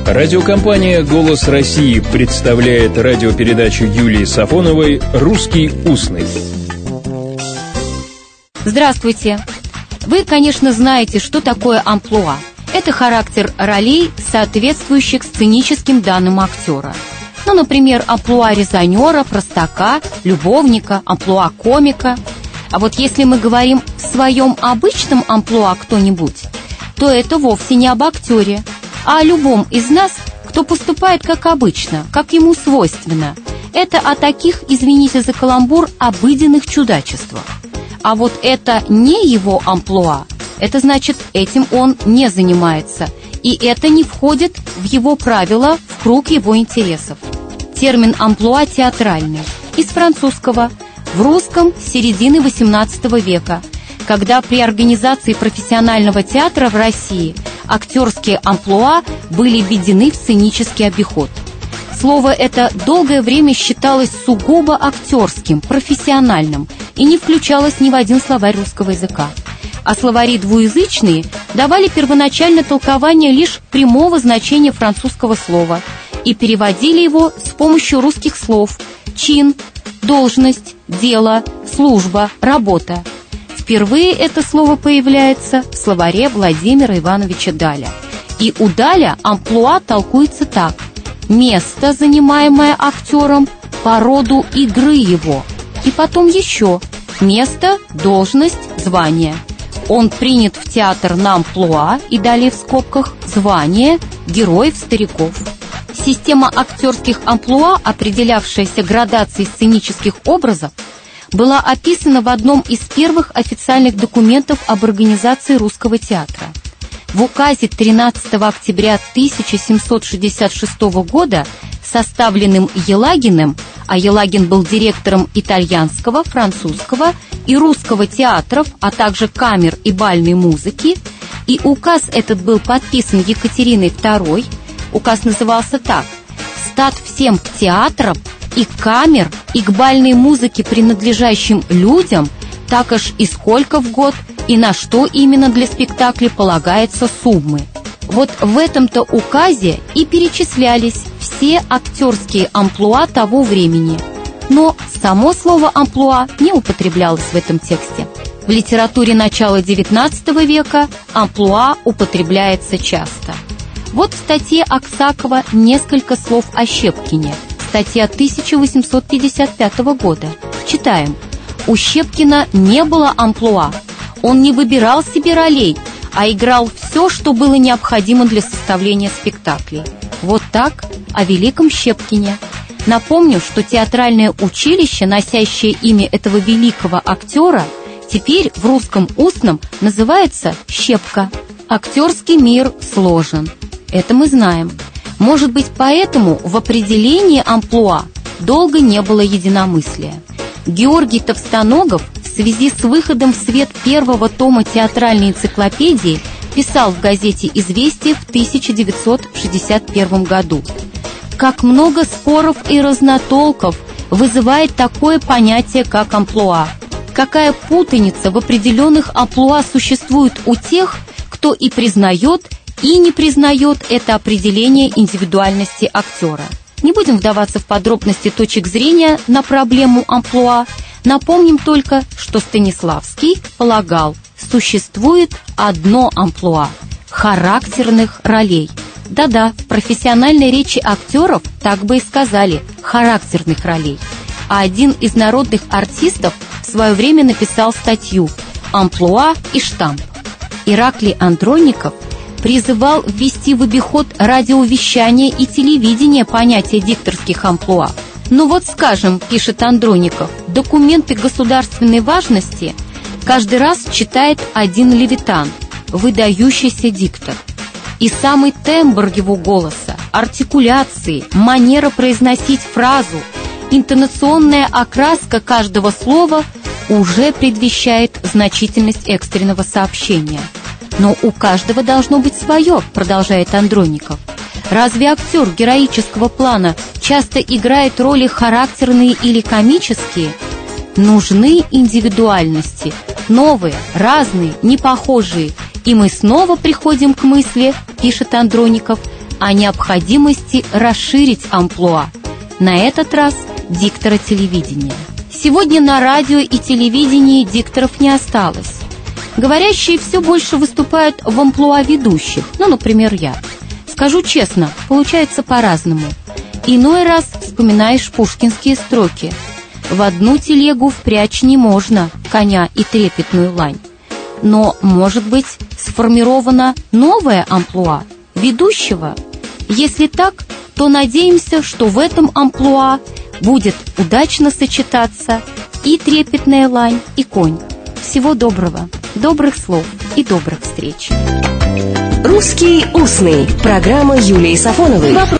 Радиокомпания «Голос России» представляет радиопередачу Юлии Сафоновой «Русский устный». Здравствуйте! Вы, конечно, знаете, что такое амплуа. Это характер ролей, соответствующих сценическим данным актера. Ну, например, амплуа резонера, простака, любовника, амплуа комика. А вот если мы говорим в своем обычном амплуа кто-нибудь, то это вовсе не об актере, а о любом из нас, кто поступает как обычно, как ему свойственно. Это о таких, извините за каламбур, обыденных чудачествах. А вот это не его амплуа, это значит, этим он не занимается, и это не входит в его правила, в круг его интересов. Термин амплуа театральный, из французского, в русском середины XVIII века, когда при организации профессионального театра в России актерские амплуа были введены в сценический обиход. Слово это долгое время считалось сугубо актерским, профессиональным и не включалось ни в один словарь русского языка. А словари двуязычные давали первоначально толкование лишь прямого значения французского слова и переводили его с помощью русских слов: чин, должность, дело, служба, работа. Впервые это слово появляется в словаре Владимира Ивановича Даля. И у Даля амплуа толкуется так: место, занимаемое актером по роду игры его. И потом еще: место, должность, звание. Он принят в театр на амплуа, и далее в скобках звание героев-стариков. Система актерских амплуа, определявшаяся градацией сценических образов, была описана в одном из первых официальных документов об организации русского театра. В указе 13 октября 1766 года, составленным Елагиным, а Елагин был директором итальянского, французского и русского театров, а также камер и бальной музыки, и указ этот был подписан Екатериной II. Указ назывался так: «Стат всем к театрам и камер, и к бальной музыке принадлежащим людям, так аж и сколько в год, и на что именно для спектакля полагается суммы». Вот в этом-то указе и перечислялись все актерские амплуа того времени. Но само слово «амплуа» не употреблялось в этом тексте. В литературе начала XIX века амплуа употребляется часто. Вот в статье Аксакова несколько слов о Щепкине. Статья 1855 года. Читаем: «У Щепкина не было амплуа. Он не выбирал себе ролей, а играл все, что было необходимо для составления спектаклей». Вот так о великом Щепкине. Напомню, что театральное училище, носящее имя этого великого актера, теперь в русском устном называется «Щепка». Актерский мир сложен. Это мы знаем. Может быть, поэтому в определении амплуа долго не было единомыслия. Георгий Товстоногов в связи с выходом в свет первого тома театральной энциклопедии писал в газете «Известия» в 1961 году: «Как много споров и разнотолков вызывает такое понятие, как амплуа. Какая путаница в определенных амплуа существует у тех, кто и признает, и не признает это определение индивидуальности актера». Не будем вдаваться в подробности точек зрения на проблему амплуа. Напомним только, что Станиславский полагал: существует одно амплуа – характерных ролей. Да-да, в профессиональной речи актеров так бы и сказали – характерных ролей. А один из народных артистов в свое время написал статью «Амплуа и штамп». Ираклий Андроников призывал ввести в обиход радиовещание и телевидение понятие дикторских амплуа. Ну вот, скажем, пишет Андроников, документы государственной важности каждый раз читает один левитан, выдающийся диктор. И самый тембр его голоса, артикуляции, манера произносить фразу, интонационная окраска каждого слова уже предвещает значительность экстренного сообщения. Но у каждого должно быть свое, продолжает Андроников. Разве актер героического плана часто играет роли характерные или комические? Нужны индивидуальности, новые, разные, непохожие. И мы снова приходим к мысли, пишет Андроников, о необходимости расширить амплуа, на этот раз диктора телевидения. Сегодня на радио и телевидении дикторов не осталось. Говорящие все больше выступают в амплуа ведущих, например, я. Скажу честно, получается по-разному. Иной раз вспоминаешь пушкинские строки: «В одну телегу впрячь не можно коня и трепетную лань». Но, может быть, сформировано новое амплуа ведущего? Если так, то надеемся, что в этом амплуа будет удачно сочетаться и трепетная лань, и конь. Всего доброго, добрых слов и добрых встреч. «Русский устный». Программа Юлии Сафоновой.